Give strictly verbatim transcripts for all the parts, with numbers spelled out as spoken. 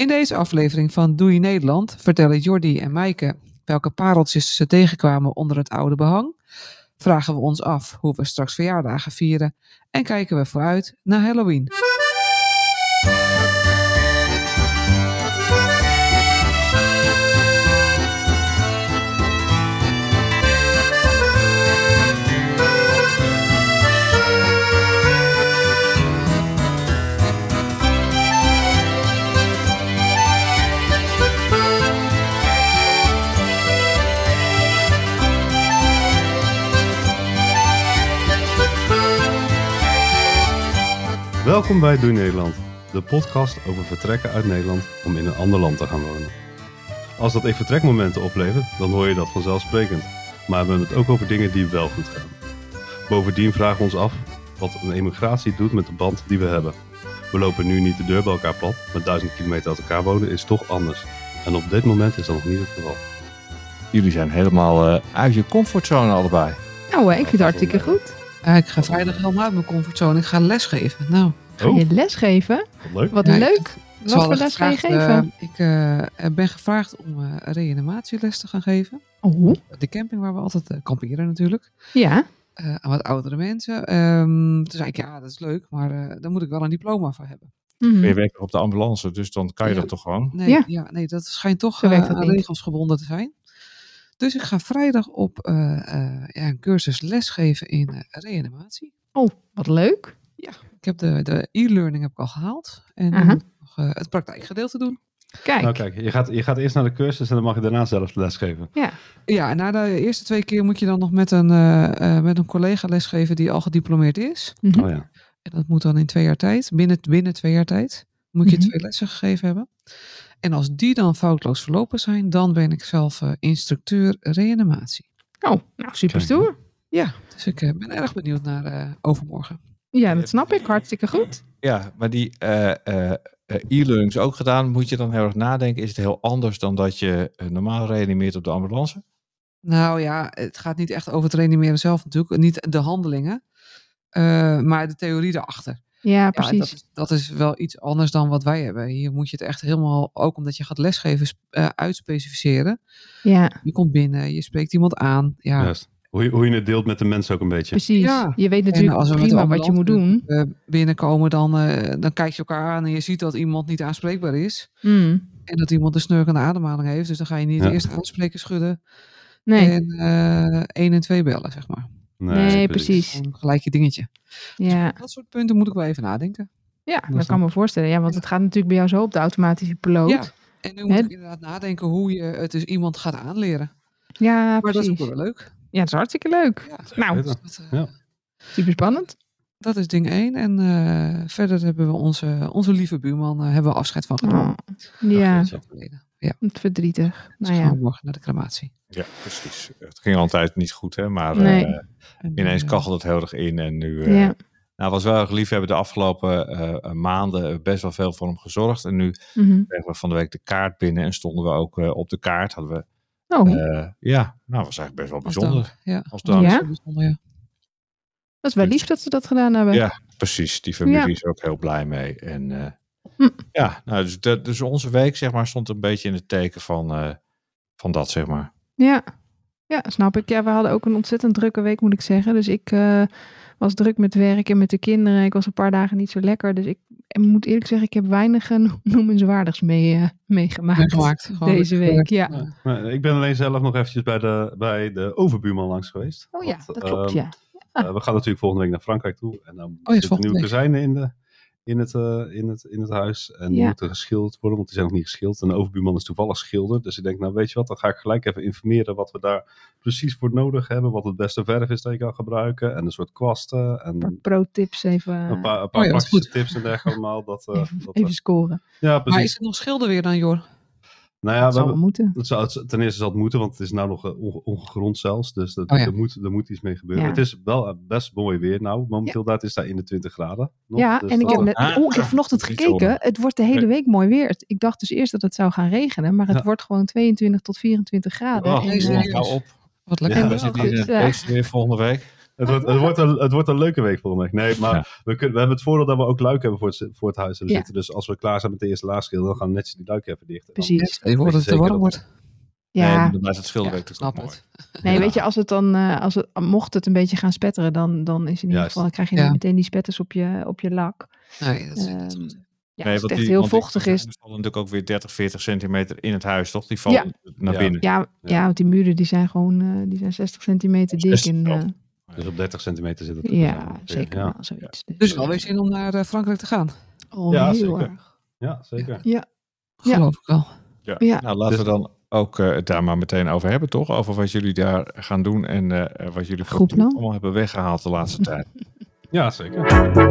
In deze aflevering van Doei Nederland vertellen Jordi en Maaike welke pareltjes ze tegenkwamen onder het oude behang. Vragen we ons af hoe we straks verjaardagen vieren en kijken we vooruit naar Halloween. Welkom bij Doei Nederland, de podcast over vertrekken uit Nederland om in een ander land te gaan wonen. Als dat even vertrekmomenten oplevert, dan hoor je dat vanzelfsprekend. Maar we hebben het ook over dingen die wel goed gaan. Bovendien vragen we ons af wat een emigratie doet met de band die we hebben. We lopen nu niet de deur bij elkaar plat, maar duizend kilometer uit elkaar wonen is toch anders. En op dit moment is dat nog niet het geval. Jullie zijn helemaal uh, uit je comfortzone allebei. Nou, ik vind het hartstikke goed. Uh, ik ga vrijdag helemaal uit mijn comfortzone. Ik ga lesgeven. Nou, Ga je lesgeven? Wat leuk. Wat Ja, leuk. ze Wat voor hadden les ga je gevraagd, geven? uh, ik uh, ben gevraagd om uh, reanimatieles te gaan geven. Oh, De camping waar we altijd uh, kamperen natuurlijk. ja. Uh, aan wat oudere mensen. Um, toen zei ik, ja, dat is leuk, maar uh, daar moet ik wel een diploma voor hebben. Mhm. Je werkt op de ambulance, dus dan kan je Ja. dat toch gewoon? Nee, Ja. ja. nee dat schijnt toch Zo werkt uh, dat aan niet. regels gebonden te zijn. Dus ik ga vrijdag op uh, uh, ja, een cursus lesgeven in uh, reanimatie. Oh, wat leuk. Ik heb de, de e-learning heb ik al gehaald. En nu Aha. moet ik nog uh, het praktijkgedeelte doen. Kijk. Nou kijk, je gaat, je gaat eerst naar de cursus en dan mag je daarna zelf lesgeven. Ja. Ja, en na de eerste twee keer moet je dan nog met een, uh, uh, met een collega lesgeven die al gediplomeerd is. Mhm. Oh ja. En dat moet dan in twee jaar tijd. Binnen, binnen twee jaar tijd moet je Mhm. twee lessen gegeven hebben. En als die dan foutloos verlopen zijn, dan ben ik zelf uh, instructeur reanimatie. Oh, nou super stoer. Ja, dus ik uh, ben erg benieuwd naar uh, overmorgen. Ja, dat snap ik. Hartstikke goed. Ja, maar die uh, uh, uh, e-learnings ook gedaan, moet je dan heel erg nadenken. Is het heel anders dan dat je uh, normaal reanimeert op de ambulance? Nou ja, het gaat niet echt over het reanimeren zelf natuurlijk. Niet de handelingen, uh, maar de theorie erachter. Ja, Ja, precies. dat is, dat is wel iets anders dan wat wij hebben. Hier moet je het echt helemaal, ook omdat je gaat lesgeven, uh, uitspecificeren. Ja, Je komt binnen, je spreekt iemand aan. Ja, Juist. Hoe je, hoe je het deelt met de mensen ook een beetje. precies. Ja. Je weet En natuurlijk als we met de prima wat je moet ambulance, doen. uh, binnenkomen, dan, uh, dan kijk je elkaar aan en je ziet dat iemand niet aanspreekbaar is. Mm. En dat iemand een snurkende ademhaling heeft. Dus dan ga je niet Ja. eerst aanspreken, schudden. Nee, En uh, één en twee bellen, zeg maar. nee, precies. Gewoon gelijk je dingetje. Ja. Dat soort punten moet ik wel even nadenken. Ja, dat kan me voorstellen. Ja, want het gaat natuurlijk bij jou zo op de automatische piloot. Ja, en nu moet Hè? ik inderdaad nadenken hoe je het dus iemand gaat aanleren. Ja, Maar dat is precies. ook wel leuk. Ja, dat is hartstikke leuk. Ja, Nou, Beter. dat, uh, Ja. super spannend. dat is ding één. En uh, verder hebben we onze, onze lieve buurman uh, hebben we afscheid van genomen. Oh, ja, Ach, jeetje. Verleden. Ja, het verdrietig. dus Nou gaan ja. we morgen naar de crematie. Ja, precies. Het ging altijd niet goed, hè? Maar Nee. uh, En, ineens uh, kachelt het heel erg in. En nu uh, Ja. nou, was wel erg lief. We hebben de afgelopen uh, maanden best wel veel voor hem gezorgd. En nu Mhm. kregen we van de week de kaart binnen en stonden we ook uh, op de kaart. Hadden we, Oh, uh, ja, nou, was eigenlijk best wel als bijzonder. dank. Ja, Als dank. Ja? Zo bijzonder, ja. dat is wel lief dat ze dat gedaan hebben. Ja, precies. Die familie Ja. is er ook heel blij mee. En uh, Hm. ja, nou, dus, de, dus onze week, zeg maar, stond een beetje in het teken van, uh, van dat, zeg maar. Ja. Ja, snap ik. Ja, we hadden ook een ontzettend drukke week, moet ik zeggen. Dus ik uh, was druk met werk en met de kinderen. Ik was een paar dagen niet zo lekker. Dus ik en moet eerlijk zeggen, ik heb weinig uh, noemenswaardigs mee, uh, meegemaakt. Meegemaakt. Gewoon Deze lekker week, ja. gewerkt. Maar ik ben alleen zelf nog eventjes bij de, bij de overbuurman langs geweest. Oh ja, Want, dat klopt, ehm, ja. Uh, we gaan natuurlijk volgende week naar Frankrijk toe. En dan ja, zitten volgende nieuwe week. kozijnen in, de, in, het, uh, in, het, in het huis. En die Ja. moeten geschilderd worden, want die zijn nog niet geschilderd. En de overbuurman is toevallig schilder. Dus ik denk, nou weet je wat, dan ga ik gelijk even informeren wat we daar precies voor nodig hebben. Wat het beste verf is dat je kan gebruiken. En een soort kwasten. En Een paar pro-tips even, een paar, een paar Oh ja, dat is praktische goed. tips en dergelijke allemaal. Dat, uh, even, dat, uh, even scoren. ja, Maar precies. is het nog schilder weer dan, Jor? Nou ja, Dat we zal wel hebben, moeten. het zou, het, ten eerste zal het moeten, want het is nou nog uh, onge, ongegrond zelfs. Dus dat, Oh ja. er, moet, er moet iets mee gebeuren. Ja. Het is wel uh, best mooi weer nou. Momenteel daar is daar eenentwintig graden. Nog, Ja, dus en ik dat- heb, net, Ah, oh, ik heb vanochtend dat is niet gekeken. zo. Het wordt de hele week mooi weer. Ik dacht dus eerst dat het zou gaan regenen. Maar het Ja. wordt gewoon tweeëntwintig tot vierentwintig graden. Oh, En, nee, uh, serieus? hou op. Wat Ja, lekker. We Ja, zitten goed, in het ja. feest weer volgende week. Het wordt, het, wordt een, het wordt een leuke week voor mij. Nee, maar Ja. we, kunnen, we hebben het voordeel dat we ook luik hebben voor het, voor het huis. We Ja. zitten dus als we klaar zijn met de eerste laagschil, dan gaan we netjes die luiken even dicht. En dan- Precies. Je wordt het te zeker warm dat- wordt. Ja, Nee, dan blijft het Ja, schilderwerk ik natuurlijk snap mooi. het. nee, Ja. weet je, als het dan, eh, als het, mocht het een beetje gaan spetteren, dan, dan is in ieder Juist. geval, dan krijg je Ja. niet meteen die spetters op je, op je lak. Nee, dat is niet Ehm, goed. ja, Nee, als want het echt die- heel want die vochtig is. kozijnen vallen natuurlijk ook weer dertig, veertig centimeter in het huis, toch? Die vallen naar Ja. binnen. Ja, Ja. ja, want die muren die zijn gewoon eh, die zijn zestig centimeter dik. zestig En, zelfs. eh, Dus op dertig centimeter zit het. ja, zeker Ja, wel zoiets. Dus, Dus wel weer zin om naar eh, Frankrijk te gaan. oh, Ja, heel zeker. erg. ja zeker. Ja, Ja. Geloof ik wel. Ja. Ja. Nou, laten we dan ook eh, het daar maar meteen over hebben, toch? Over wat jullie daar gaan doen en eh, wat jullie voor Goed troep plan. allemaal hebben weggehaald de laatste tijd. Ja, zeker.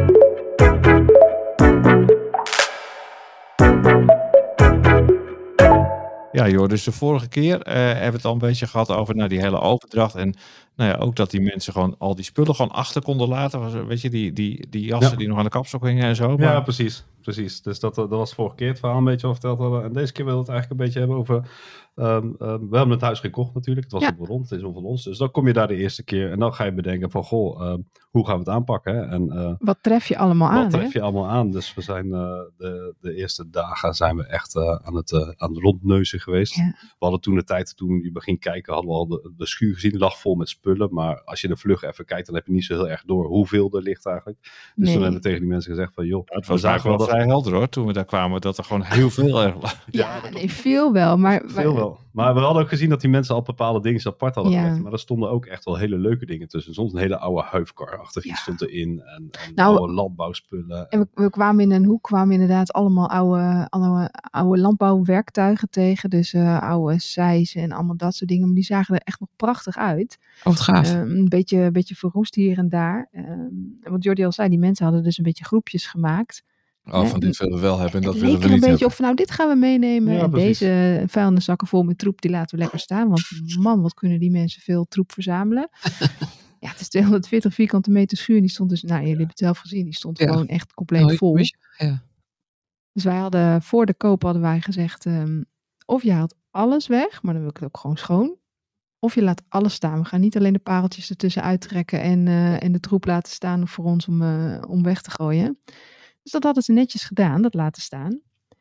Ja, joh, dus de vorige keer eh, hebben we het al een beetje gehad over nou, die hele overdracht. En nou ja, ook dat die mensen gewoon al die spullen gewoon achter konden laten. Was, weet je, die, die, die jassen Ja. die nog aan de kapstok hingen en zo. Maar, Ja, precies. precies. Dus dat, dat was vorige keer het verhaal een beetje al verteld hadden. En deze keer willen we het eigenlijk een beetje hebben over... Um, um, we hebben het huis gekocht natuurlijk. Het was Ja. een rond, het is om van ons. Dus dan kom je daar de eerste keer en dan ga je bedenken van... Goh, um, hoe gaan we het aanpakken? Hè? En uh, Wat tref je allemaal aan, wat hè? tref je allemaal aan? Dus we zijn uh, de, de eerste dagen zijn we echt uh, aan, het, uh, aan het rondneuzen geweest. Ja. We hadden toen de tijd, toen je begint kijken, hadden we al de, de schuur gezien. Die lag vol met spullen. Maar als je er vlug even kijkt, dan heb je niet zo heel erg door hoeveel er ligt eigenlijk. Dus Nee. toen hebben we tegen die mensen gezegd van... joh, het we was zagen eigenlijk wel dat- vrij helder hoor, toen we daar kwamen. Dat er gewoon heel veel erg lag. Ja, nee, veel wel. Maar, Veel maar- wel. Maar we hadden ook gezien dat die mensen al bepaalde dingen apart hadden Ja. gelegd. Maar er stonden ook echt wel hele leuke dingen tussen. Soms een hele oude huifkar achter iets Ja. stond erin. En, en Nou, oude landbouwspullen. En we, we kwamen in een hoek, kwamen inderdaad allemaal oude, oude, oude landbouwwerktuigen tegen. Dus eh, oude sijzen en allemaal dat soort dingen. Maar die zagen er echt nog prachtig uit. Oh, wat gaaf. Ehm, een beetje, een beetje verroest hier en daar. Ehm, en wat Jordi al zei, die mensen hadden dus een beetje groepjes gemaakt. Oh, van dit willen we wel hebben en dat het willen leek we er een niet beetje hebben. op van nou, dit gaan we meenemen. Ja, en precies. deze vuilniszakken vol met troep, die laten we lekker staan. Want man, wat kunnen die mensen veel troep verzamelen. Ja, het is tweehonderdveertig vierkante meter schuur. En die stond dus, nou jullie hebben het zelf gezien, die stond Ja. gewoon echt compleet Nou, ik vol. wist- Ja. Dus wij hadden, voor de koop hadden wij gezegd, ehm, of je haalt alles weg, maar dan wil ik het ook gewoon schoon. Of je laat alles staan. We gaan niet alleen de pareltjes ertussen uittrekken en, uh, en de troep laten staan voor ons om, uh, om weg te gooien. Dus dat hadden ze netjes gedaan, dat laten staan.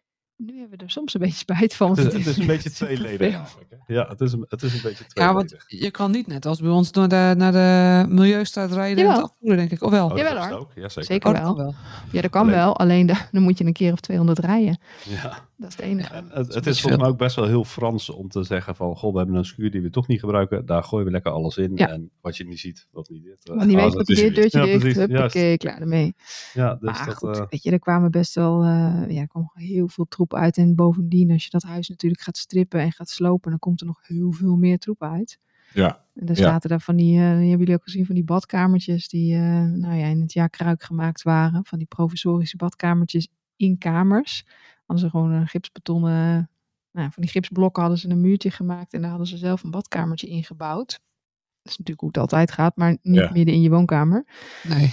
Nu hebben we er soms een beetje spijt van. Het want is, het is een beetje tweeledig veel. eigenlijk. Hè? Ja, het is, een, het is een beetje Ja, tweeledig. want je kan niet net als bij ons naar de, naar de Milieustraat rijden en Jawel. het afvoeren, denk ik. Of wel? Oh, dat Jawel, is het hoor. ook. Ja, zeker. Zeker Oh, dat wel. kan wel. Ja, dat kan Alleen- wel. Alleen da- dan moet je een keer of tweehonderd rijden. Ja. Dat is het enige. En het, het best is volgens mij ook best wel heel Frans om te zeggen van... Goh, we hebben een schuur die we toch niet gebruiken. Daar gooien we lekker alles in. Ja. En wat je niet ziet, wat niet dit. Want die Oh, weet dat wat is die het. deurtje Ja, dicht. precies, Huppakee, klaar ermee. Ja, dus Maar dat... goed, eh, weet je, er kwamen best wel, uh, ja, er kwam heel veel troep uit. En bovendien, als je dat huis natuurlijk gaat strippen en gaat slopen, dan komt er nog heel veel meer troep uit. Ja, En dan Ja. zaten daar van die, uh, die hebben jullie ook gezien, van die badkamertjes die uh, nou ja, in het jaar Kruik gemaakt waren. Van die provisorische badkamertjes in kamers. Hadden ze gewoon een gipsbetonnen, nou, van die gipsblokken hadden ze een muurtje gemaakt en daar hadden ze zelf een badkamertje ingebouwd. Dat is natuurlijk hoe het altijd gaat, maar niet Ja. midden in je woonkamer. Nee.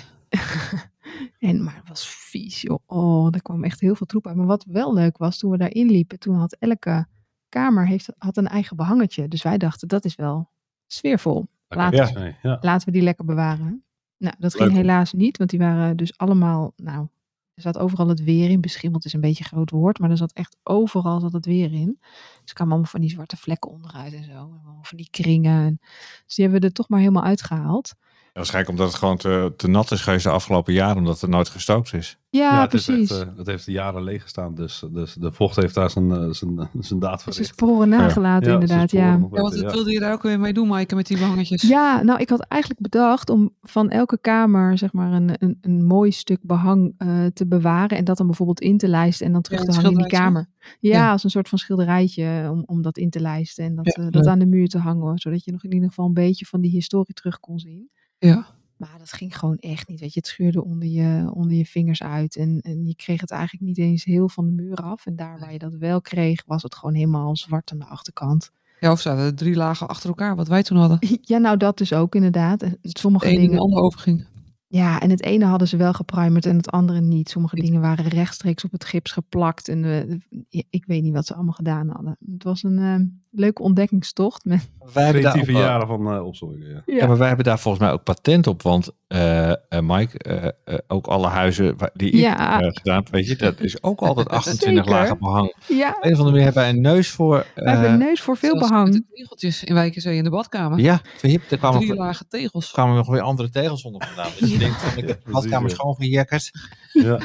En, maar het was vies, joh. Oh, er kwam echt heel veel troep uit. Maar wat wel leuk was, toen we daarin liepen, toen had elke kamer heeft, had een eigen behangetje. Dus wij dachten, dat is wel sfeervol. oké, Laten, Ja. dus nee, ja. laten we die lekker bewaren. Nou, dat ging Leuk, hoor. helaas niet, want die waren dus allemaal, nou, er zat overal het weer in. Beschimmeld is een beetje een groot woord, maar er zat echt overal zat het weer in. Dus er kwamen allemaal van die zwarte vlekken onderuit en zo. En allemaal van die kringen. En, dus die hebben we er toch maar helemaal uitgehaald. waarschijnlijk omdat het gewoon te, te nat is geweest de afgelopen jaren, omdat er nooit gestookt is. Ja, Ja, het, is precies. echt, uh, het heeft jaren leeg gestaan, dus, dus de vocht heeft daar zijn, uh, zijn, zijn daad Dus de verricht. sporen nagelaten, Ja, inderdaad, zijn ja. sporen nog Ja, wat weten, ja. wilde je daar ook weer mee doen, Maaike, met die behangetjes? Ja, nou, ik had eigenlijk bedacht om van elke kamer, zeg maar, een, een, een mooi stuk behang uh, te bewaren. En dat dan bijvoorbeeld in te lijsten en dan terug Ja, te een hangen in die schilderijtje? kamer. Ja, Ja. als een soort van schilderijtje om, om dat in te lijsten. En dat, Ja, uh, dat leuk. aan de muur te hangen, zodat je nog in ieder geval een beetje van die historie terug kon zien. Ja. Maar dat ging gewoon echt niet. Weet je, het scheurde onder je, onder je vingers uit. En, en je kreeg het eigenlijk niet eens heel van de muur af. En daar waar je dat wel kreeg, was het gewoon helemaal zwart aan de achterkant. Ja, of zaten er drie lagen achter elkaar, wat wij toen hadden. Ja, nou dat dus ook inderdaad. En sommige De ene in de dingen. andere overging. Ja, en het ene hadden ze wel geprimerd en het andere niet. Sommige dingen waren rechtstreeks op het gips geplakt. En uh, ik weet niet wat ze allemaal gedaan hadden. Het was een, uh, leuke ontdekkingstocht. Met, Wij hebben daar Creatieve ook wel- jaren van uh, opzommingen. Ja. ja. Ja, maar wij hebben daar volgens mij ook patent op. Want uh, uh, Mike, uh, uh, ook alle huizen waar- die ik Ja. uh, gedaan heb, weet je, dat is ook altijd achtentwintig Zeker. lagen behang. ja, Op een of andere manier hebben wij een neus voor... Uh, we hebben een neus voor veel Zelfs behang. met de tegeltjes in Wijkenzee in de badkamer. Ja, hip, er kwamen, Drie nog, lagen tegels. kwamen nog weer andere tegels onder vandaan. Dus je denkt van, ik heb de badkamer Precies, ja. schoongejekkerd. Ja.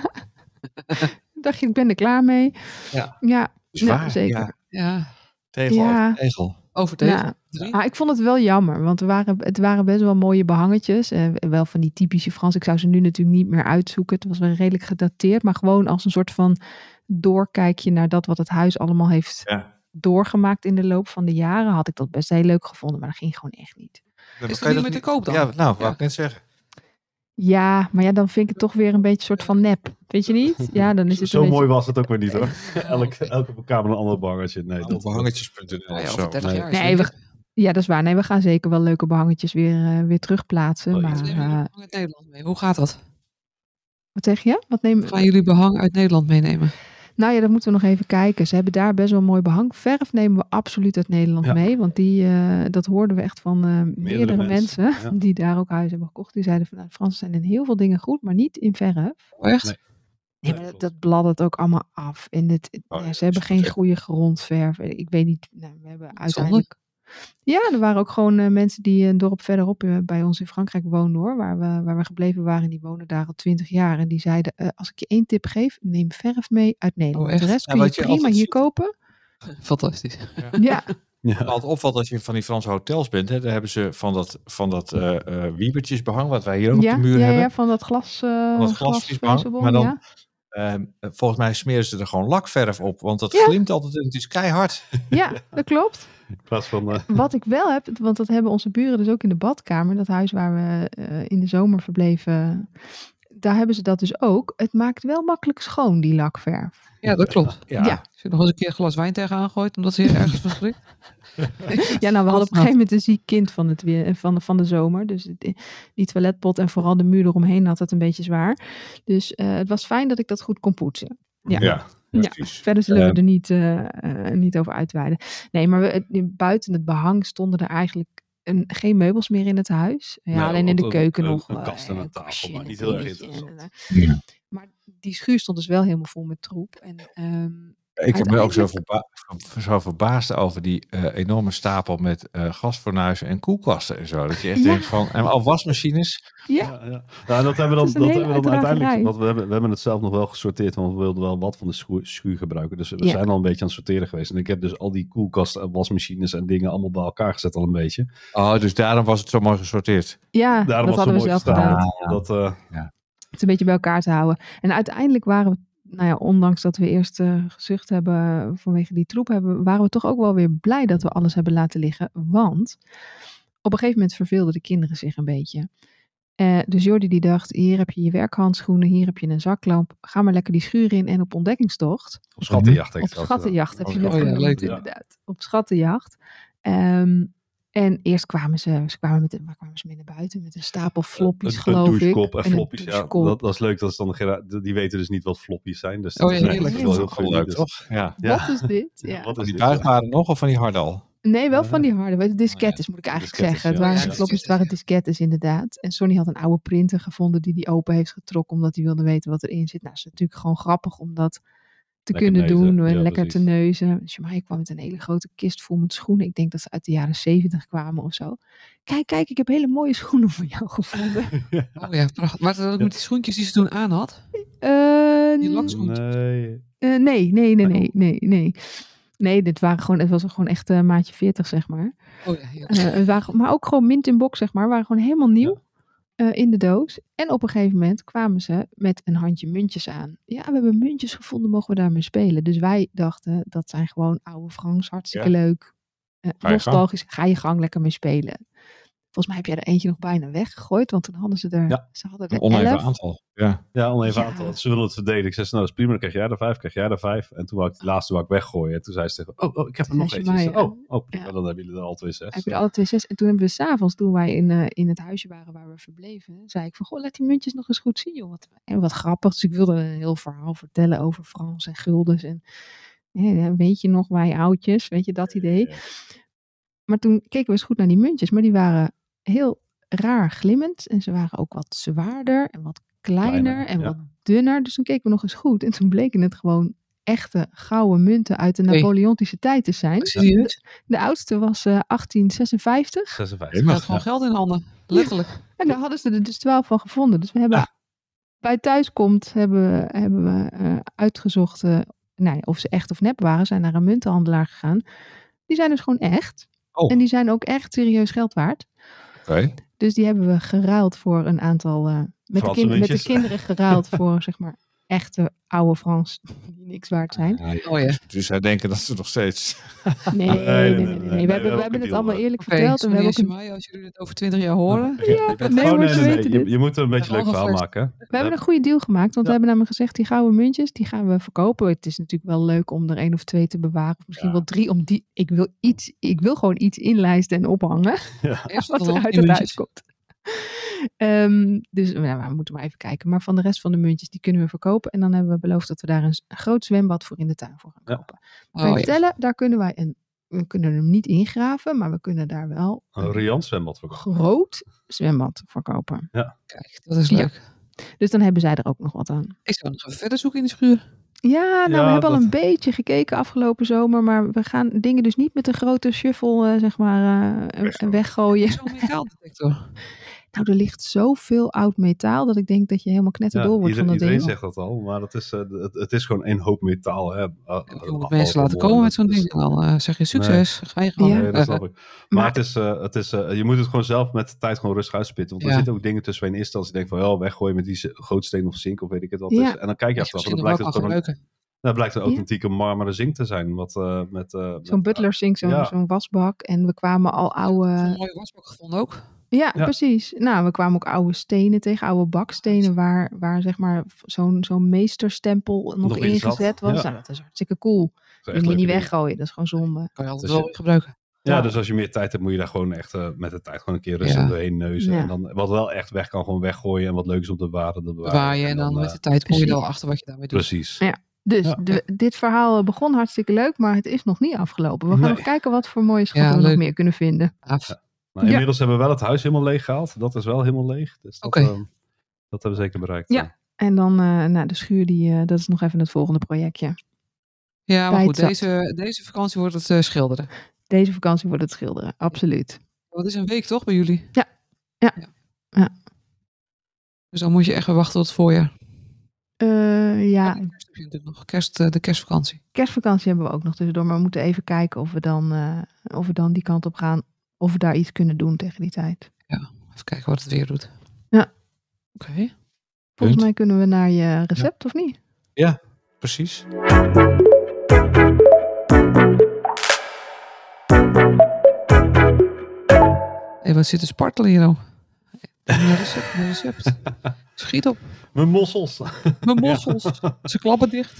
Dacht je, ik ben er klaar mee. Ja. Ja, Zwaar, ja, zeker. ja. Ja, Tegel Ja. over tegel. over tegel. Ja. Drie. Ah, ik vond het wel jammer, want er waren, het waren best wel mooie behangetjes. Eh, wel van die typische Frans. Ik zou ze nu natuurlijk niet meer uitzoeken. Het was wel redelijk gedateerd, maar gewoon als een soort van doorkijkje naar dat wat het huis allemaal heeft Ja. doorgemaakt in de loop van de jaren. Had ik dat best heel leuk gevonden, maar dat ging gewoon echt niet. Is dat niet meer te koop dan? Ja, nou, wou Ja. ik net zeggen. Ja, maar ja, dan vind ik het toch weer een beetje een soort van nep. Weet je niet? Ja, dan is het Zo een beetje... mooi was het ook weer niet hoor. Elke, elke kamer een ander behangetje. Nee, dat, Behangetjes punt n l Nou ja, of over zo. dertig Nee. jaar is Nee, het we, ja, dat is waar. Nee, we gaan zeker wel leuke behangetjes weer, uh, weer terugplaatsen. Oh, maar, iets Nemen jullie uh, behang uit Nederland mee? Hoe gaat dat? wat zeg je? Wat nemen... Gaan jullie behang uit Nederland meenemen? Nou ja, dat moeten we nog even kijken. Ze hebben daar best wel mooi behang. Verf nemen we absoluut uit Nederland Ja. mee. Want die, uh, dat hoorden we echt van uh, meerdere mensen, mensen. ja. Die daar ook huis hebben gekocht. Die zeiden van, nou, de Fransen zijn in heel veel dingen goed, maar niet in verf. Oh, echt? Nee. Nee, maar dat, dat bladdert ook allemaal af. En het, het- Oh, ja, ja, ze hebben dat geen is goede grondverf. Ik weet niet, nou, we hebben uiteindelijk... Ja, er waren ook gewoon uh, mensen die een dorp verderop uh, bij ons in Frankrijk woonden hoor. Waar we, waar we gebleven waren. Die wonen daar al twintig jaar. En die zeiden, uh, als ik je één tip geef, neem verf mee uit Nederland. echt? De rest Ja, kun je wat je prima altijd hier ziet. kopen. Fantastisch. Ja, ja. Wat altijd opvalt als je van die Franse hotels bent, hè, daar hebben ze van dat, van dat uh, uh, wiebertjes behang, wat wij hier ook ja, op de muur ja, hebben. ja, van dat glas, uh, Van dat glasvliesbehang, glasvezelbehang, maar dan- ja. Uh, volgens mij smeren ze er gewoon lakverf op, want dat Ja. glimt altijd en het is keihard. Ja, dat klopt. In plaats van... Uh, Wat ik wel heb, want dat hebben onze buren dus ook in de badkamer. Dat huis waar we uh, in de zomer verbleven. Daar hebben ze dat dus ook. Het maakt wel makkelijk schoon, die lakverf. Ja, dat klopt. Ja, Ja. Als je nog eens een keer een glas wijn tegenaan gooit, omdat ze hier ergens van schrikt. Ja, nou, we hadden op een gegeven moment een ziek kind van, het weer, van, de, van de zomer. Dus die, die toiletpot en vooral de muur eromheen had het een beetje zwaar. Dus uh, het was fijn dat ik dat goed kon poetsen. Ja. ja, Ja, precies. verder zullen Uh, we er niet, uh, uh, niet over uitweiden. Nee, maar we, het- buiten het behang stonden er eigenlijk een, geen meubels meer in het huis. Ja, Nee, alleen in de een- keuken een- nog. een uh, kast en een tafel, kastje maar en niet een heel erg dingetje interessant. en, uh, Ja. Maar die schuur stond dus wel helemaal vol met troep. En, um, Ik heb me ook zo, uiteindelijk- verba zo verbaasd over die uh, enorme stapel met uh, gasfornuizen en koelkasten en zo. Dat je echt Ja. denkt van, en al wasmachines. ja, Ja, ja. Nou, dat hebben we dan, Het is een dat hele hebben we dan uiteindelijk. uitdragerij. Want we hebben, we hebben het zelf nog wel gesorteerd, want we wilden wel wat van de schuur, schuur gebruiken. Dus we Ja. zijn al een beetje aan het sorteren geweest. En ik heb dus al die koelkasten en wasmachines en dingen allemaal bij elkaar gezet al een beetje. Oh, dus daarom was het zo mooi gesorteerd. ja Daarom dat was het hadden we zo zelf mooi gedaan. gestaan. Dat, uh, Het een beetje bij elkaar te houden. En uiteindelijk waren we, nou ja, ondanks dat we eerst uh, gezucht hebben vanwege die troep, hebben, waren we toch ook wel weer blij dat we alles hebben laten liggen. Want op een gegeven moment verveelden de kinderen zich een beetje. Uh, dus Jordi die dacht, hier heb je je werkhandschoenen, hier heb je een zaklamp. Ga maar lekker die schuur in en op ontdekkingstocht. op schattenjacht. heb Op ik trouwens schattenjacht heb gedaan. je Oh, dat ja, genoemd, leuk. Ja. inderdaad. Op schattenjacht. Um, en eerst kwamen ze, ze kwamen met, waar kwamen ze mee naar buiten? Met een stapel floppies, Een- geloof een ik. douchekop en een floppies. Ja, douchekop. dat, dat is leuk. Dat is dan de gera- die weten dus niet wat floppies zijn. Dus dat Oh ja, is eigenlijk heerlijk. wel heel Wel goed. leuk, Dus- toch? Ja. Ja. Wat is dit? Ja. Ja, wat Van is die dit? buigbare nog of van die harde al? Nee, wel Ja. van die harde. De diskettes moet ik eigenlijk Diskettes, zeggen. Het ja. waren Ja, geen floppies, het diskettes, waren ja. diskettes inderdaad. En Sonny had een oude printer gevonden die hij open heeft getrokken omdat hij wilde weten wat erin zit. Nou, dat is natuurlijk gewoon grappig om dat te Lekker kunnen neuzen. doen. En Ja, lekker precies. te neuzen. Dus Jamai kwam met een hele grote kist vol met schoenen. Ik denk dat ze uit de jaren zeventig kwamen of zo. Kijk, kijk, ik heb hele mooie schoenen voor jou gevonden. Oh ja, prachtig. Maar dat ook met die schoentjes die ze toen aan had? Uh, Die lakschoentjes. Nee. Uh, nee, nee, nee, nee, nee, nee. Nee, dit waren gewoon, het was gewoon echt uh, maatje veertig, zeg maar. Oh ja, ja. Uh, het waren, maar ook gewoon mint in box, zeg maar. Waren gewoon helemaal nieuw uh, in de doos. En op een gegeven moment kwamen ze met een handje muntjes aan. Ja, we hebben muntjes gevonden, mogen we daarmee spelen? Dus wij dachten, dat zijn gewoon oude Frans, hartstikke Ja. leuk. Uh, Ga je nostalgisch, ga je gang lekker mee spelen. Volgens mij heb jij er eentje nog bijna weggegooid, want toen hadden ze er, Ja. ze hadden Een er oneven elf. aantal. Ja. Ja, oneven Ja. aantal. Ze willen het verdelen. Ik zei, nou, dat is prima. Dan krijg jij er vijf, krijg jij er vijf. En toen wou ik die laatste wou ik weggooien. En toen zei ze tegen me, oh, oh, ik heb er Toen nog zei eentje. ze Ik zei, mij, oh, oh, prima. ja. Dan hebben jullie er al twee zes. Heb je er alle twee zes. En toen hebben we s'avonds, toen wij in, uh, in het huisje waren waar we verbleven, zei ik van, goh, laat die muntjes nog eens goed zien, joh. Wat, en wat grappig. Dus ik wilde een heel verhaal vertellen over Frans en guldens. En Hè, weet je nog, wij oudjes, weet je, dat idee. Ja. Maar toen keken we eens goed naar die muntjes, maar die waren heel raar glimmend. En ze waren ook wat zwaarder en wat kleiner, Kleiner, en ja. wat dunner. Dus toen keken we nog eens goed. En toen bleken het gewoon echte gouden munten uit de Oké. Napoleontische tijd te zijn. Serieus? De oudste was eh, achttien zesenvijftig. zesenvijftig. Helemaal. Hij had gewoon Ja. geld in handen. Letterlijk. En daar hadden ze er dus twaalf van gevonden. Dus we hebben bij thuiskomt hebben we, hebben we eh, uitgezocht eh, nou ja, of ze echt of nep waren. Zijn naar een muntenhandelaar gegaan. Die zijn dus gewoon echt. Oh, En die zijn ook echt serieus geld waard. oké. Dus die hebben we geruild voor een aantal... eh, met, de Franse kind- met de muntjes. kinderen geruild voor, zeg maar, echte oude Frans die niks waard zijn. Ja, ja. Oh ja. Dus zij denken dat ze nog steeds... Nee, nee, nee. nee, nee, nee. We hebben, we hebben het allemaal eerlijk Oké, verteld. En we hebben ook meneer een, Sumaya, als jullie het over twintig jaar horen. Je bent- je bent nee, gewoon- maar Oh, ze nee, nee, weten nee. Je, dit. je moet een beetje Ja, leuk verhaal first. maken. we hebben een goede deal gemaakt. Want Ja. we hebben namelijk gezegd, die gouden muntjes, die gaan we verkopen. Het is natuurlijk wel leuk om er één of twee te bewaren. Of misschien Ja. wel drie. Om die, ik, wil iets, ik wil gewoon iets inlijsten en ophangen. Ja. Eerst Wat dan er nog uit die het huis muntjes. komt. Ehm, dus nou, we moeten maar even kijken. Maar van de rest van de muntjes, die kunnen we verkopen. En dan hebben we beloofd dat we daar een, s- een groot zwembad voor in de tuin voor gaan Ja. kopen. Kan je Oh ja. vertellen, daar kunnen wij een... We kunnen hem niet ingraven, maar we kunnen daar wel Een een riant zwembad verkopen. groot zwembad voor kopen. Kijk, dat is Ja. leuk. Dus dan hebben zij er ook nog wat aan. Ik zou nog even verder zoeken in de schuur. Ja, nou, Ja, we hebben al dat- een beetje gekeken afgelopen zomer, maar we gaan dingen dus niet met een grote shuffle, eh, zeg maar, eh, Weggooien. weggooien. Zo'n metaaldetector. Nou, er ligt zoveel oud metaal dat ik denk dat je helemaal Ja, knetterdol wordt ieder- van dat iedereen ding. zegt dat al, maar het is, eh, het, het is gewoon één hoop metaal. Hè. Uh, Je moet mensen laten komen met zo'n ding. En dan eh, zeg je succes. Ga je Ja. gewoon. Nee, dat snap ik. Maar, Maar- het is, uh, het is, uh, je moet het gewoon zelf met de tijd gewoon rustig uitspitten. Want er Ja. zitten ook dingen tussen waar je in eerste instantie denkt van, ja, weggooien met die z- gootsteen of zink of weet ik het wat. Ja. is. En dan kijk je Als je achteraf en misschien dan nog blijkt wel het kan gewoon een, gebruiken. dan blijkt een Ja. authentieke marmeren zink te zijn. Wat, uh, met, uh, met, Zo'n butler sink, zo'n Ja. zo'n wasbak. En we kwamen al Zo'n oude... mooie wasbak gevonden ook. Ja, Ja. precies. Nou, we kwamen ook oude stenen tegen, oude bakstenen, waar, waar zeg maar zo'n zo'n meesterstempel nog, Nog in zat. ingezet was. Ja. Nou, dat is hartstikke cool. dat is Die echt moet je niet leuke dingen. weggooien, dat is gewoon zonde. Kan je altijd Dus wel je- weer gebruiken. Ja, Ja. dus als je meer tijd hebt, moet je daar gewoon echt uh, met de tijd gewoon een keer rustig Ja. doorheen neuzen. Ja. En dan, wat wel echt weg kan, gewoon weggooien. En wat leuk is om te bewaren, dat bewaren. Waar je en dan uh, met de tijd kom je er precies. wel achter wat je daarmee doet. Precies. Ja. Dus Ja. de- dit verhaal begon hartstikke leuk, maar het is nog niet afgelopen. We gaan Nee. nog kijken wat voor mooie schatten Ja, we nog leuk. meer kunnen vinden. Af. Nou, inmiddels hebben we wel het huis helemaal leeg gehaald. Dat is wel helemaal leeg. Dus dat, Oké. uh, dat hebben we zeker bereikt. Ja. En dan, uh, nou, de schuur, die, uh, dat is nog even het volgende projectje. Ja, maar Tijd goed. zat. Deze, deze vakantie wordt het eh, schilderen. Deze vakantie wordt het schilderen, absoluut. Wat is een week toch bij jullie? Ja. Ja. Ja. Dus dan moet je echt weer wachten tot het voorjaar. Uh, ja, Oh, kerst heb je natuurlijk nog. Kerst, eh, de kerstvakantie. kerstvakantie hebben we ook nog tussendoor, maar we moeten even kijken of we dan, uh, of we dan die kant op gaan. Of we daar iets kunnen doen tegen die tijd. Even kijken wat het weer doet. Ja. Oké. Volgens Punt. mij kunnen we naar je recept, of niet? Precies. Hé, wat zit te spartelen hier nou? Een recept, een recept. Schiet op. Mijn mossels. Mijn mossels. Ze klappen dicht.